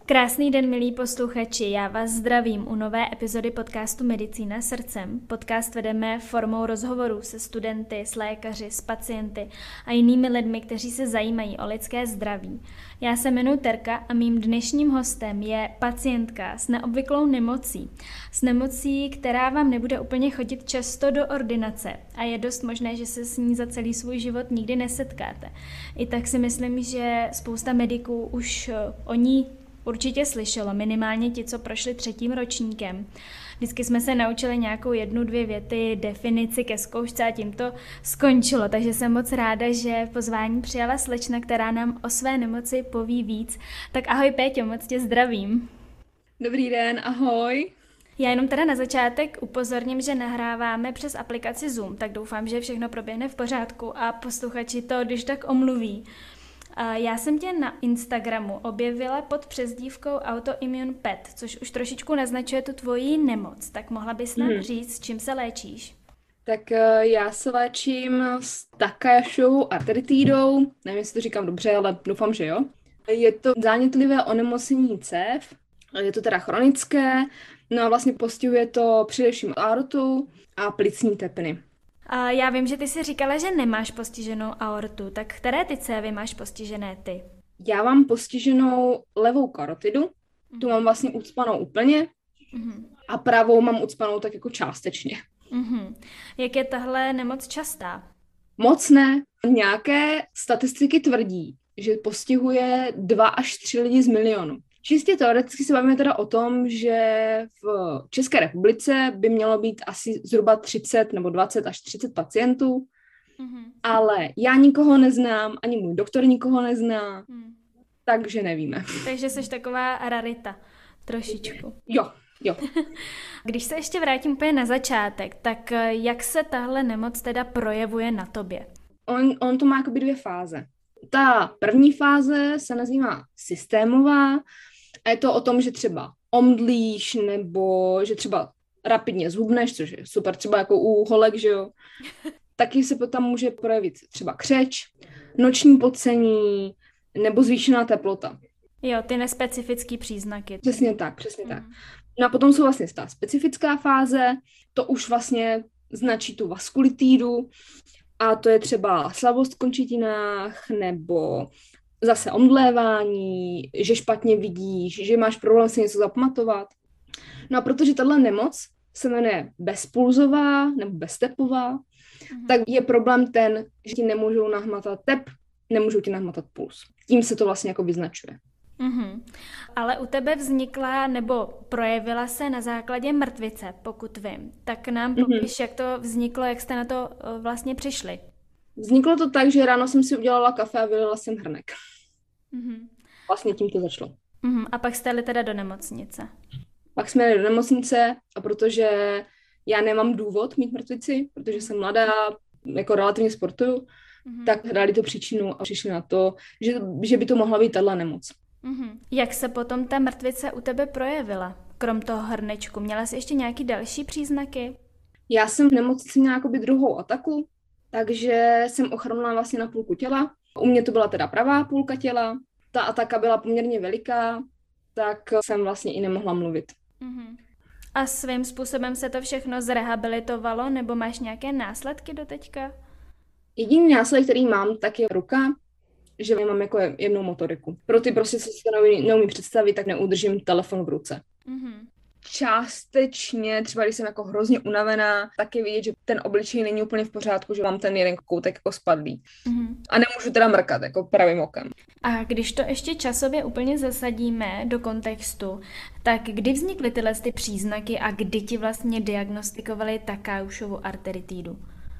Krásný den, milí posluchači, já vás zdravím u nové epizody podcastu Medicína srdcem. Podcast vedeme formou rozhovorů se studenty, s lékaři, s pacienty a jinými lidmi, kteří se zajímají o lidské zdraví. Já se jmenuji Terka a mým dnešním hostem je pacientka s neobvyklou nemocí. S nemocí, která vám nebude úplně chodit často do ordinace a je dost možné, že se s ní za celý svůj život nikdy nesetkáte. I tak si myslím, že spousta mediků už o ní určitě slyšelo, minimálně ti, co prošli 3. ročníkem. Vždycky jsme se naučili nějakou 1-2 věty, definici ke zkoušce a tím to skončilo. Takže jsem moc ráda, že pozvání přijala slečna, která nám o své nemoci poví víc. Tak ahoj Péťo, moc tě zdravím. Dobrý den, ahoj. Já jenom teda na začátek upozorním, že nahráváme přes aplikaci Zoom, tak doufám, že všechno proběhne v pořádku a posluchači to když tak omluví. Já jsem tě na Instagramu objevila pod přezdívkou Autoimmune Pet, což už trošičku naznačuje tu tvoji nemoc. Tak mohla bys nám říct, čím se léčíš? Tak já se léčím s Takashovou arteritidou, nevím, jestli to říkám dobře, ale doufám, že jo. Je to zánětlivé onemocnění cév, je to teda chronické, no a vlastně postihuje to především aortu a plicní tepny. A já vím, že ty si říkala, že nemáš postiženou aortu, tak které ty cévy máš postižené ty? Já mám postiženou levou karotidu, tu mám vlastně ucpanou úplně a pravou mám ucpanou tak jako částečně. Jak je tahle nemoc častá? Moc ne. Nějaké statistiky tvrdí, že postihuje 2 až 3 lidi z milionu. Čistě teoreticky se bavíme teda o tom, že v České republice by mělo být asi zhruba 30 nebo 20 až 30 pacientů, ale já nikoho neznám, ani můj doktor nikoho nezná, takže nevíme. Takže jsi taková rarita, trošičku. Jo. Když se ještě vrátím úplně na začátek, tak jak se tahle nemoc teda projevuje na tobě? On to má jakoby 2 fáze. Ta první fáze se nazývá systémová a je to o tom, že třeba omdlíš nebo že třeba rapidně zhubneš, což je super, třeba jako u holek, že jo. Taky se potom může projevit třeba křeč, noční pocení nebo zvýšená teplota. Jo, ty nespecifický příznaky. Přesně tak. No a potom jsou vlastně ta specifická fáze, to už vlastně značí tu vaskulitídu, a to je třeba slabost v končetinách, nebo zase omdlévání, že špatně vidíš, že máš problém si něco zapamatovat. No a protože tato nemoc se jmenuje bezpulzová nebo beztepová, tak je problém ten, že ti nemůžou nahmatat tep, nemůžou ti nahmatat puls. Tím se to vlastně jako vyznačuje. Ale u tebe vznikla nebo projevila se na základě mrtvice, pokud vím. Tak nám popiš, jak to vzniklo, jak jste na to vlastně přišli. Vzniklo to tak, že ráno jsem si udělala kafe a vylila jsem hrnek. Vlastně tím to začalo. A pak jste jeli teda do nemocnice. Pak jsme jeli do nemocnice a protože já nemám důvod mít mrtvici, protože jsem mladá, jako relativně sportuju, tak hledali tu příčinu a přišli na to, že by to mohla být tato nemoc. Jak se potom ta mrtvice u tebe projevila? Krom toho hrnečku, měla jsi ještě nějaký další příznaky? Já jsem v nemocnici měla jakoby druhou ataku, takže jsem ochromila vlastně na půlku těla. U mě to byla teda pravá půlka těla. Ta ataka byla poměrně veliká, tak jsem vlastně i nemohla mluvit. A svým způsobem se to všechno zrehabilitovalo, nebo máš nějaké následky doteďka? Jediný následek, který mám, tak je ruka, že mám jako jemnou motoriku. Pro ty prostě, co si to neumí představit, tak neudržím telefon v ruce. Částečně, třeba když jsem jako hrozně unavená, tak je vidět, že ten obličej není úplně v pořádku, že mám ten jeden koutek jako spadlý. A nemůžu teda mrkat jako pravým okem. A když to ještě časově úplně zasadíme do kontextu, tak kdy vznikly tyhle ty příznaky a kdy ti vlastně diagnostikovali Takashovu arteritidu?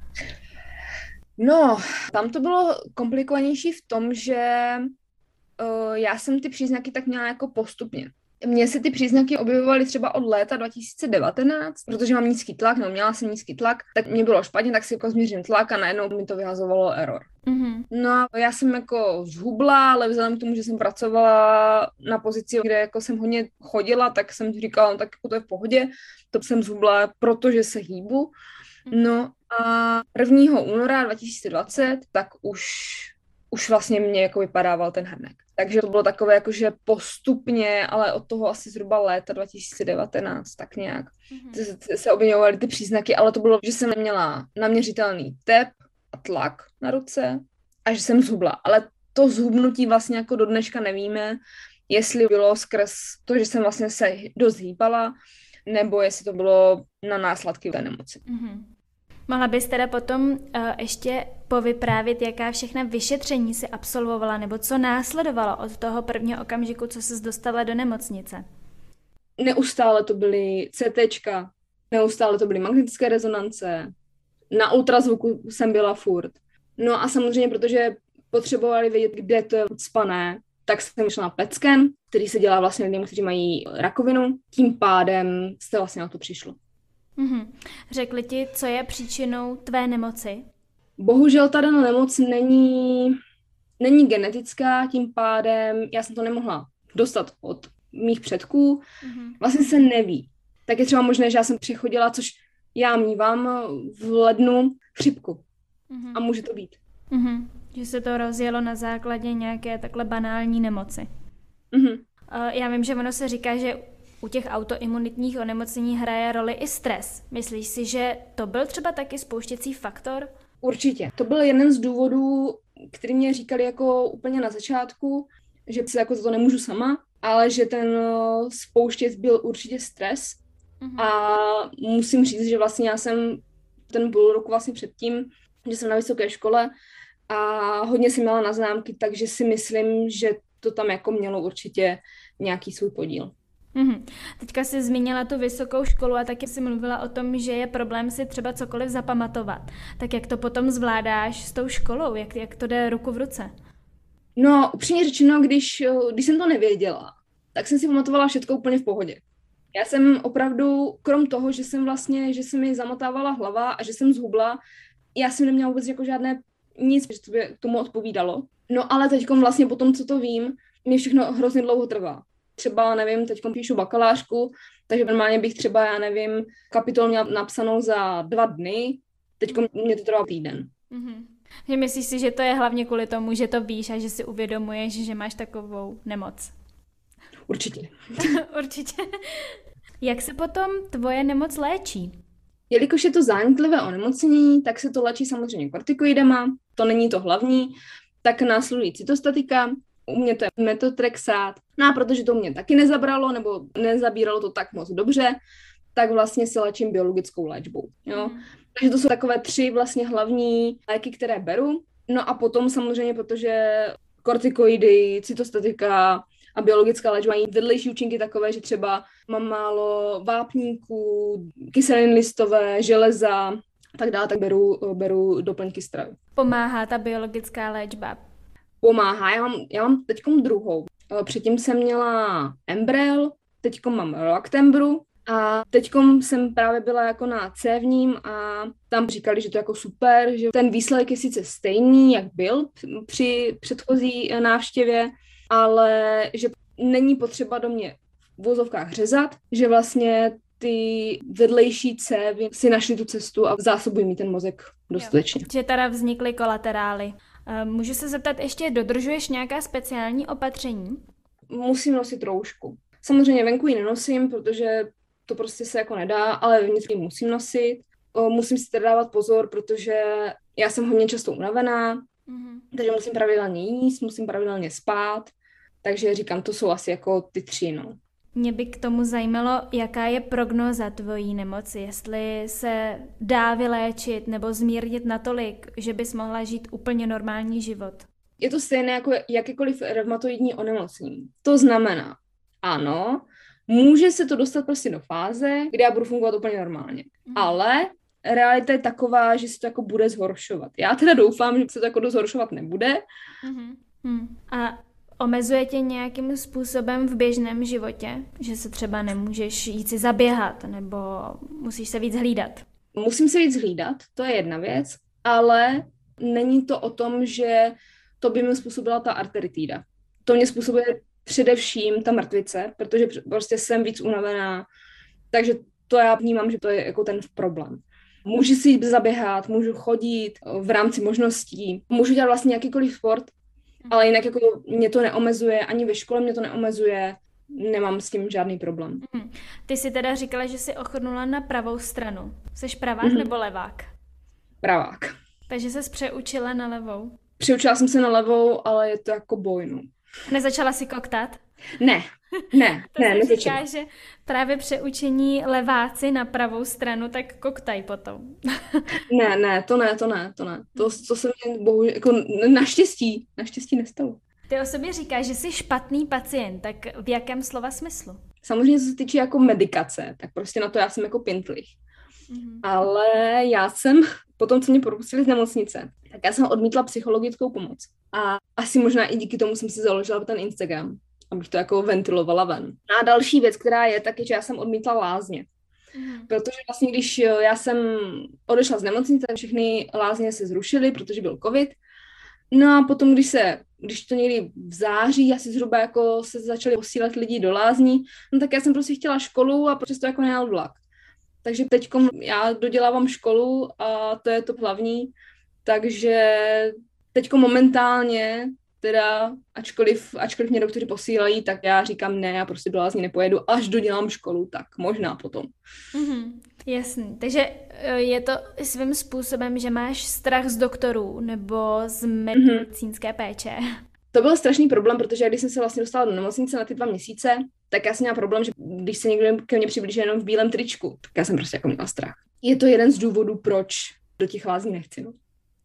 No, tam to bylo komplikovanější v tom, že já jsem ty příznaky tak měla jako postupně. Mně se ty příznaky objevovaly třeba od léta 2019, protože mám nízký tlak, no měla jsem nízký tlak, tak mě bylo špatně, tak si jako změřím tlak a najednou mi to vyhazovalo error. No a já jsem jako zhubla, ale vzhledem k tomu, že jsem pracovala na pozici, kde jako jsem hodně chodila, tak jsem říkala, no tak jako to je v pohodě, to jsem zhubla, protože se hýbu. No a 1. února 2020 tak už vlastně mě jako vypadával ten hrnek. Takže to bylo takové jakože postupně, ale od toho asi zhruba léta 2019, tak nějak se objevovaly ty příznaky, ale to bylo, že jsem neměla naměřitelný tep a tlak na ruce a že jsem zhubla. Ale to zhubnutí vlastně jako do dneška nevíme, jestli bylo skrz to, že jsem vlastně se dost hýbala, nebo jestli to bylo na následky té nemoci. Mohla bys teda potom ještě povyprávět, jaká všechna vyšetření si absolvovala, nebo co následovalo od toho prvního okamžiku, co ses dostala do nemocnice? Neustále to byly CTčka, neustále to byly magnetické rezonance, na ultrazvuku jsem byla furt. No a samozřejmě, protože potřebovali vědět, kde to je ucpané, tak jsem šla na PET scan, který se dělá vlastně lidem, kteří mají rakovinu. Tím pádem jste vlastně na to přišlo. Řekli ti, co je příčinou tvé nemoci? Bohužel ta daná nemoc není genetická, tím pádem já jsem to nemohla dostat od mých předků. Vlastně se neví. Tak je třeba možné, že já jsem přechodila, což já mívám v lednu chřipku. A může to být. Že se to rozjelo na základě nějaké takhle banální nemoci. Já vím, že ono se říká, že u těch autoimunitních onemocnění hraje roli i stres. Myslíš si, že to byl třeba taky spouštěcí faktor? Určitě. To byl jeden z důvodů, který mě říkali jako úplně na začátku, že si jako za to nemůžu sama, ale že ten spouštěc byl určitě stres. A musím říct, že vlastně já jsem ten půl roku vlastně předtím, že jsem na vysoké škole a hodně jsem měla na známky, takže si myslím, že to tam jako mělo určitě nějaký svůj podíl. Teďka jsi zmínila tu vysokou školu a taky jsi mluvila o tom, že je problém si třeba cokoliv zapamatovat. Tak jak to potom zvládáš s tou školou? Jak to jde ruku v ruce? No, upřímně řečeno, když jsem to nevěděla, tak jsem si pamatovala všechno úplně v pohodě. Já jsem opravdu, krom toho, že se mi zamotávala hlava a že jsem zhubla, já jsem neměla vůbec jako žádné nic, že to by k tomu odpovídalo. No ale teďkom vlastně po tom, co to vím, mě všechno hrozně dlouho trvá. Třeba, nevím, teďkom píšu bakalářku, takže normálně bych třeba, já nevím, kapitolu měla napsanou za 2 dny, teďkom mě to trvá týden. Že myslíš si, že to je hlavně kvůli tomu, že to víš a že si uvědomuješ, že máš takovou nemoc? Určitě. Určitě. Jak se potom tvoje nemoc léčí? Jelikož je to zánětlivé onemocnění, tak se to léčí samozřejmě kortikoidama, to není to hlavní, tak následují cytostatika, u mě to je metotrexát, no a protože to mě taky nezabralo, nebo nezabíralo to tak moc dobře, tak vlastně se léčím biologickou léčbou, jo. Takže to jsou takové 3 vlastně hlavní léky, které beru, no a potom samozřejmě, protože kortikoidy, cytostatika a biologická léčba mají vedlejší účinky takové, že třeba mám málo vápníků, kyselin listové, železa, tak dále, tak beru doplňky stravy. Pomáhá ta biologická léčba? Pomáhá, já mám teďkom druhou. Předtím jsem měla Enbrel, teďkom mám Lactembru a teďkom jsem právě byla jako na cévním a tam říkali, že to je jako super, že ten výsledek je sice stejný, jak byl při předchozí návštěvě, ale že není potřeba do mě v vozovkách řezat, že vlastně ty vedlejší cévy si našly tu cestu a zásobují mi ten mozek dostatečně. Že teda vznikly kolaterály. Můžu se zeptat ještě, dodržuješ nějaká speciální opatření? Musím nosit roušku. Samozřejmě venku ji nenosím, protože to prostě se jako nedá, ale vevnitř ji musím nosit. Musím si teda dávat pozor, protože já jsem hodně často unavená, takže musím pravidelně jíst, musím pravidelně spát. Takže říkám, to jsou asi jako ty 3, no. Mě by k tomu zajímalo, jaká je prognóza tvojí nemoci, jestli se dá vyléčit nebo zmírnit natolik, že bys mohla žít úplně normální život. Je to stejné jako jakékoliv reumatoidní onemocnění. To znamená, ano, může se to dostat prostě do fáze, kdy já budu fungovat úplně normálně. Ale realita je taková, že se to jako bude zhoršovat. Já teda doufám, že se to jako zhoršovat nebude. A omezuje tě nějakým způsobem v běžném životě? Že se třeba nemůžeš jít si zaběhat, nebo musíš se víc hlídat? Musím se víc hlídat, to je jedna věc, ale není to o tom, že to by mi způsobila ta arteritída. To mě způsobuje především ta mrtvice, protože prostě jsem víc unavená, takže to já vnímám, že to je jako ten problém. Můžu si jít zaběhat, můžu chodit v rámci možností, můžu dělat vlastně jakýkoliv sport, Ale jinak jako mě to neomezuje, ani ve škole mě to neomezuje, nemám s tím žádný problém. Ty jsi teda říkala, že jsi ochrnula na pravou stranu. Jseš pravák nebo levák? Pravák. Takže ses přeučila na levou? Přiučila jsem se na levou, ale je to jako boj, no. Nezačala si koktat? Ne, To říká, že právě přeučení leváci na pravou stranu, tak koktají potom. To ne. To se mě bohužel, jako naštěstí nestalo. Ty o sobě říkáš, že jsi špatný pacient, tak v jakém slova smyslu? Samozřejmě, co se týče jako medikace, tak prostě na to já jsem jako pintlich. Ale já jsem, potom co mě propustili z nemocnice, tak já jsem odmítla psychologickou pomoc. A asi možná i díky tomu jsem si založila ten Instagram, abych to jako ventilovala ven. A další věc, která je, tak je, že já jsem odmítla lázně. Protože vlastně, když já jsem odešla z nemocnice, všechny lázně se zrušily, protože byl covid. No a potom, když to někdy v září asi zhruba jako se začali posílat lidi do lázní, no tak já jsem prostě chtěla školu a prostě to jako nejel vlak. Takže teďkom já dodělávám školu a to je to hlavní, takže teďko momentálně teda, ačkoliv mě doktoři posílají, tak já říkám ne, já prostě do lázní nepojedu, až dodělám školu, tak možná potom. Jasný, takže je to svým způsobem, že máš strach z doktorů nebo z medicínské péče? To byl strašný problém, protože když jsem se vlastně dostala do nemocnice na ty 2 měsíce, tak já jsem měla problém, že když se někdo ke mně přiblížil jenom v bílém tričku, tak já jsem prostě jako měla strach. Je to jeden z důvodů, proč do těch lázní nechci. No.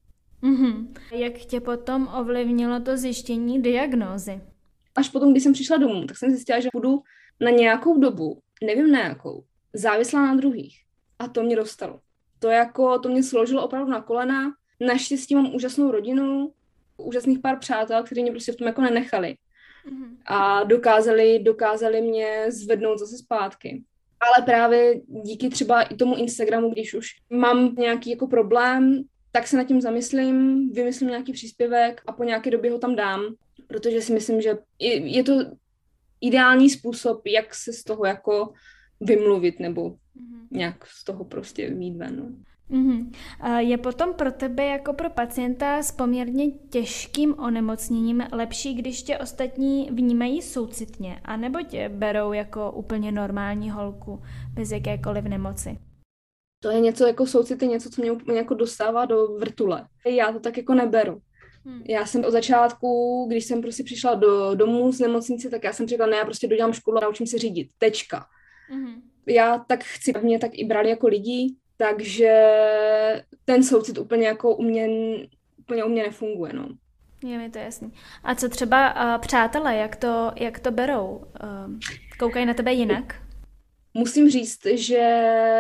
Jak tě potom ovlivnilo to zjištění diagnózy? Až potom, když jsem přišla domů, tak jsem zjistila, že budu na nějakou dobu, nevím na jakou, závislá na druhých. A to mě dostalo. To mě složilo opravdu na kolena. Naštěstí mám úžasnou rodinu, úžasných pár přátel, kteří mě prostě v tom jako nenechali. A dokázali mě zvednout zase zpátky. Ale právě díky třeba i tomu Instagramu, když už mám nějaký jako problém, tak se nad tím zamyslím, vymyslím nějaký příspěvek a po nějaké době ho tam dám, protože si myslím, že je to ideální způsob, jak se z toho jako vymluvit nebo nějak z toho prostě vyjít ven. No. Je potom pro tebe jako pro pacienta s poměrně těžkým onemocněním lepší, když tě ostatní vnímají soucitně, anebo tě berou jako úplně normální holku bez jakékoliv nemoci? To je něco jako soucit, je něco, co mě úplně jako dostává do vrtule. Já to tak jako neberu. Já jsem od začátku, když jsem prostě přišla do domu z nemocnice, tak já jsem řekla, ne, já prostě dodělám školu a naučím se řídit. Tečka. Já tak chci, aby mě tak i brali jako lidi, takže ten soucit úplně jako u mě nefunguje, no. Je mi to jasný. A co třeba přátelé, jak to berou? Koukají na tebe jinak? Musím říct, že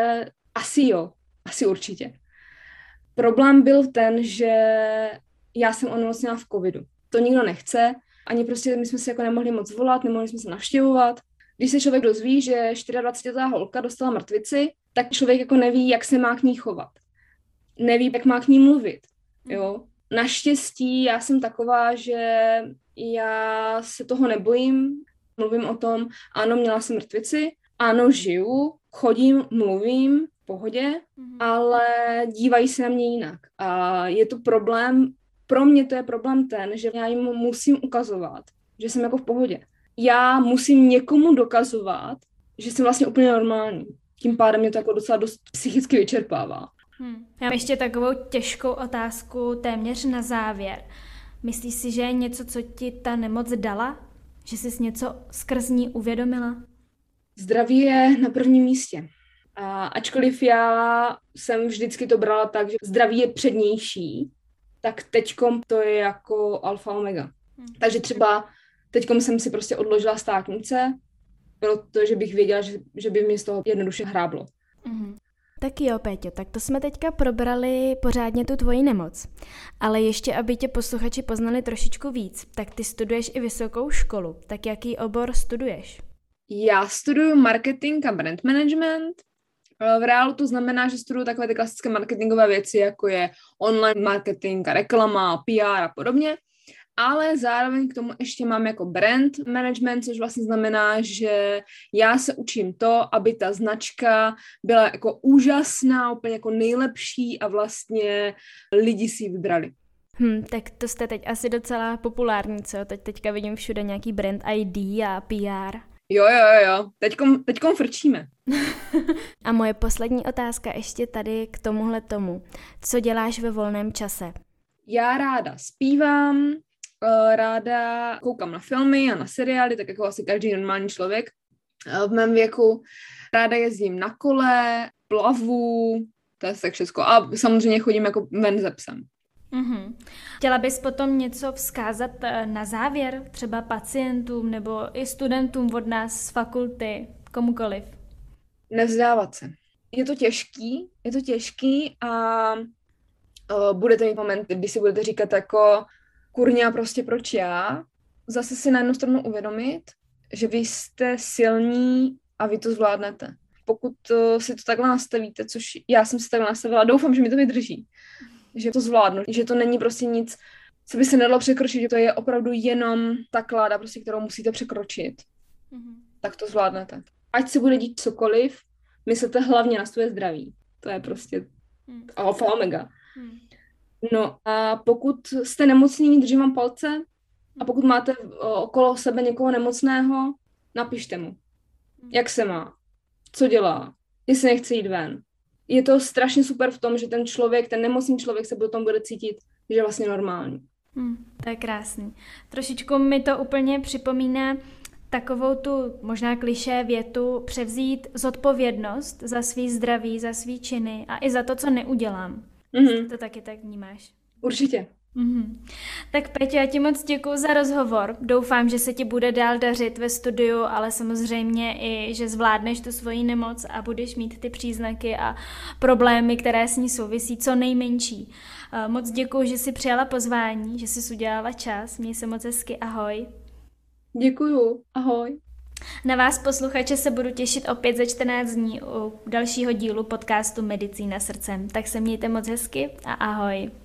asi určitě. Problém byl ten, že já jsem onemocněla v covidu. To nikdo nechce, ani prostě my jsme se jako nemohli moc volat, nemohli jsme se navštěvovat. Když se člověk dozví, že 24letá holka dostala mrtvici, tak člověk jako neví, jak se má k ní chovat. Neví, jak má k ní mluvit. Jo? Naštěstí já jsem taková, že já se toho nebojím, mluvím o tom, ano, měla jsem mrtvici, ano, žiju, chodím, mluvím, v pohodě, ale dívají se na mě jinak. A je to problém, pro mě to je problém ten, že já jim musím ukazovat, že jsem jako v pohodě. Já musím někomu dokazovat, že jsem vlastně úplně normální. Tím pádem mě to jako docela dost psychicky vyčerpává. Já mám ještě takovou těžkou otázku téměř na závěr. Myslíš si, že je něco, co ti ta nemoc dala? Že jsi něco skrz ní uvědomila? Zdraví je na prvním místě. A ačkoliv já jsem vždycky to brala tak, že zdraví je přednější, tak teďkom to je jako alfa omega. Takže třeba teďkom jsem si prostě odložila státnice, protože bych věděla, že by mi z toho jednoduše hráblo. Tak jo, Péťo, tak to jsme teďka probrali pořádně tu tvoji nemoc. Ale ještě, aby tě posluchači poznali trošičku víc, tak ty studuješ i vysokou školu. Tak jaký obor studuješ? Já studuju marketing a brand management. V reálu to znamená, že studuju takové ty klasické marketingové věci, jako je online marketing a reklama, PR a podobně. Ale zároveň k tomu ještě mám jako brand management, což vlastně znamená, že já se učím to, aby ta značka byla jako úžasná, úplně jako nejlepší a vlastně lidi si ji vybrali. Tak to jste teď asi docela populární, co? Teďka vidím všude nějaký brand ID a PR. Jo. Teďkom frčíme. A moje poslední otázka ještě tady k tomuhle tomu. Co děláš ve volném čase? Já ráda zpívám, ráda koukám na filmy a na seriály, tak jako asi každý normální člověk v mém věku. Ráda jezdím na kole, plavu, to je tak všechno. A samozřejmě chodím jako ven ze psem. Chtěla bys potom něco vzkázat na závěr, třeba pacientům nebo i studentům od nás z fakulty, komukoliv? Nevzdávat se. Je to těžký a budete mít momenty, kdy si budete říkat jako kurňa, prostě proč já? Zase si na jednu stranu uvědomit, že vy jste silní a vy to zvládnete. Pokud si to takhle nastavíte, což já jsem si takhle nastavila, doufám, že mi to vydrží, že to zvládnu, že to není prostě nic, co by se nedalo překročit, že to je opravdu jenom ta kláda, prostě, kterou musíte překročit. Tak to zvládnete. Ať se bude dít cokoliv, myslete hlavně na své zdraví. To je prostě alfa omega. No a pokud jste nemocný, držím vám palce a pokud máte okolo sebe někoho nemocného, napište mu, jak se má, co dělá, jestli nechce jít ven. Je to strašně super v tom, že ten člověk, ten nemocný člověk se potom bude cítit, že je vlastně normální. To je krásný. Trošičku mi to úplně připomíná takovou tu možná klišé větu převzít zodpovědnost za svý zdraví, za svý činy a i za to, co neudělám. To taky tak vnímáš? Určitě. Tak Peťo, já ti moc děkuju za rozhovor. Doufám, že se ti bude dál dařit ve studiu, ale samozřejmě i, že zvládneš tu svoji nemoc a budeš mít ty příznaky a problémy, které s ní souvisí, co nejmenší. Moc děkuju, že jsi přijala pozvání, že jsi udělala čas. Měj se moc hezky, ahoj. Děkuju, ahoj. Na vás, posluchače, se budu těšit opět za 14 dní u dalšího dílu podcastu Medicína srdcem. Tak se mějte moc hezky a ahoj.